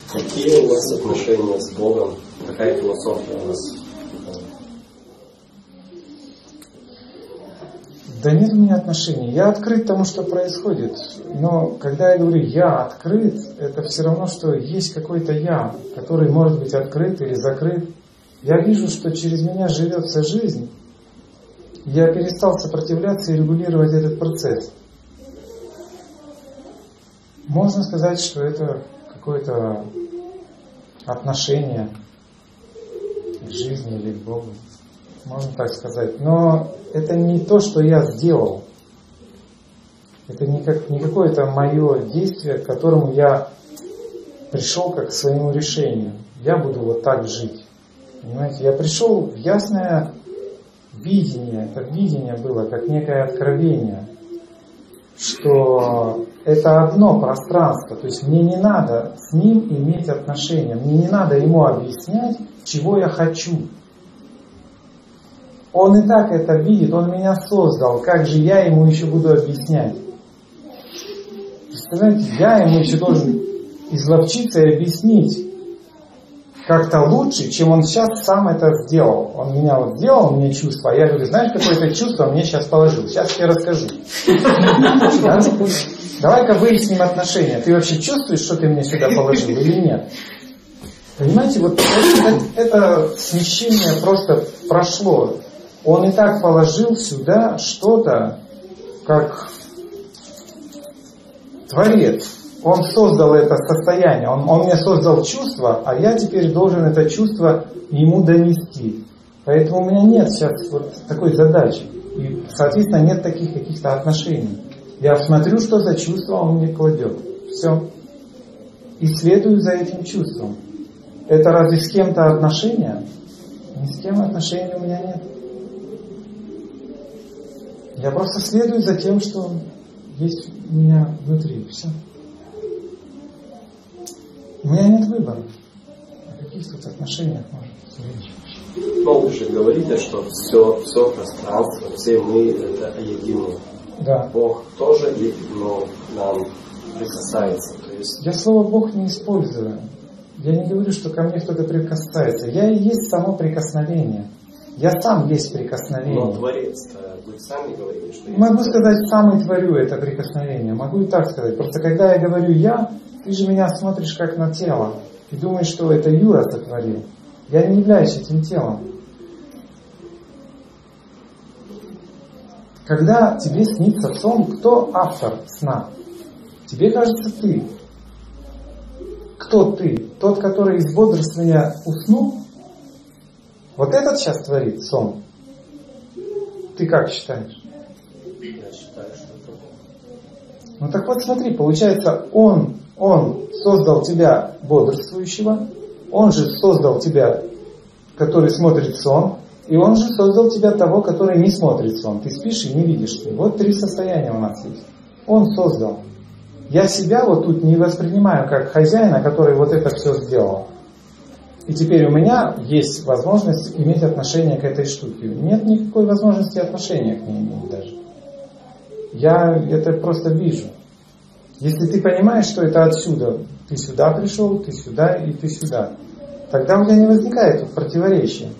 Какие у вас отношения с Богом? Какая философия у вас? Да нет у меня отношений. Я открыт тому, что происходит. Но когда я говорю «я открыт», это все равно, что есть какой-то «я», который может быть открыт или закрыт. Я вижу, что через меня живет вся жизнь. Я перестал сопротивляться и регулировать этот процесс. Можно сказать, что это какое-то отношение к жизни или к Богу. Можно так сказать. Но это не то, что я сделал. Это не какое-то мое действие, к которому я пришел как к своему решению. Я буду вот так жить. Понимаете? Я пришел в ясное видение. Это видение было как некое откровение, что это одно пространство. То есть мне не надо с ним иметь отношения. Мне не надо ему объяснять, чего я хочу. Он и так это видит, он меня создал. Как же я ему еще буду объяснять? Представляете, я ему еще должен изловчиться и объяснить как-то лучше, чем он сейчас сам это сделал. Он меня вот сделал, мне чувство, а я говорю, знаешь, какое-то чувство мне сейчас положил. Сейчас я тебе расскажу. Давай-ка выясним отношения. Ты вообще чувствуешь, что ты мне сюда положил или нет? Понимаете, вот это смещение просто прошло. Он и так положил сюда что-то, как Творец. Он создал это состояние, он мне создал чувство, а я теперь должен это чувство ему донести. Поэтому у меня нет сейчас вот такой задачи. И, соответственно, нет таких каких-то отношений. Я смотрю, что за чувство он мне кладет. Все. И следую за этим чувством. Это разве с кем-то отношения? Ни с кем отношений у меня нет. Я просто следую за тем, что есть у меня внутри. Все. У меня нет выбора. О каких тут отношениях может речь? Но вы же говорите, что все пространство, все мы это едино. Да. Бог тоже, но нам прикасается. То есть... Я слово Бог не использую. Я не говорю, что ко мне кто-то прикасается. Я и есть само прикосновение. Я сам есть прикосновение. Но Творец, вы сами говорите, что... Могу сказать, сам и творю это прикосновение. Могу и так сказать. Просто когда я говорю «я», ты же меня смотришь как на тело. И думаешь, что это Юра сотворил. Я не являюсь этим телом. Когда тебе снится сон, кто автор сна? Тебе кажется ты. Кто ты? Тот, который из бодрствования уснул? Вот этот сейчас творит сон? Ты как считаешь? Я считаю, что это... Ну так вот смотри, получается, он создал тебя бодрствующего, он же создал тебя, который смотрит сон, и он же создал тебя того, который не смотрит сон. Ты спишь и не видишь. Вот 3 состояния у нас есть. Он создал. Я себя вот тут не воспринимаю как хозяина, который вот это все сделал. И теперь у меня есть возможность иметь отношение к этой штуке. Нет никакой возможности отношения к ней иметь даже. Я это просто вижу. Если ты понимаешь, что это отсюда, ты сюда пришел, ты сюда и ты сюда, тогда у тебя не возникает тут противоречия.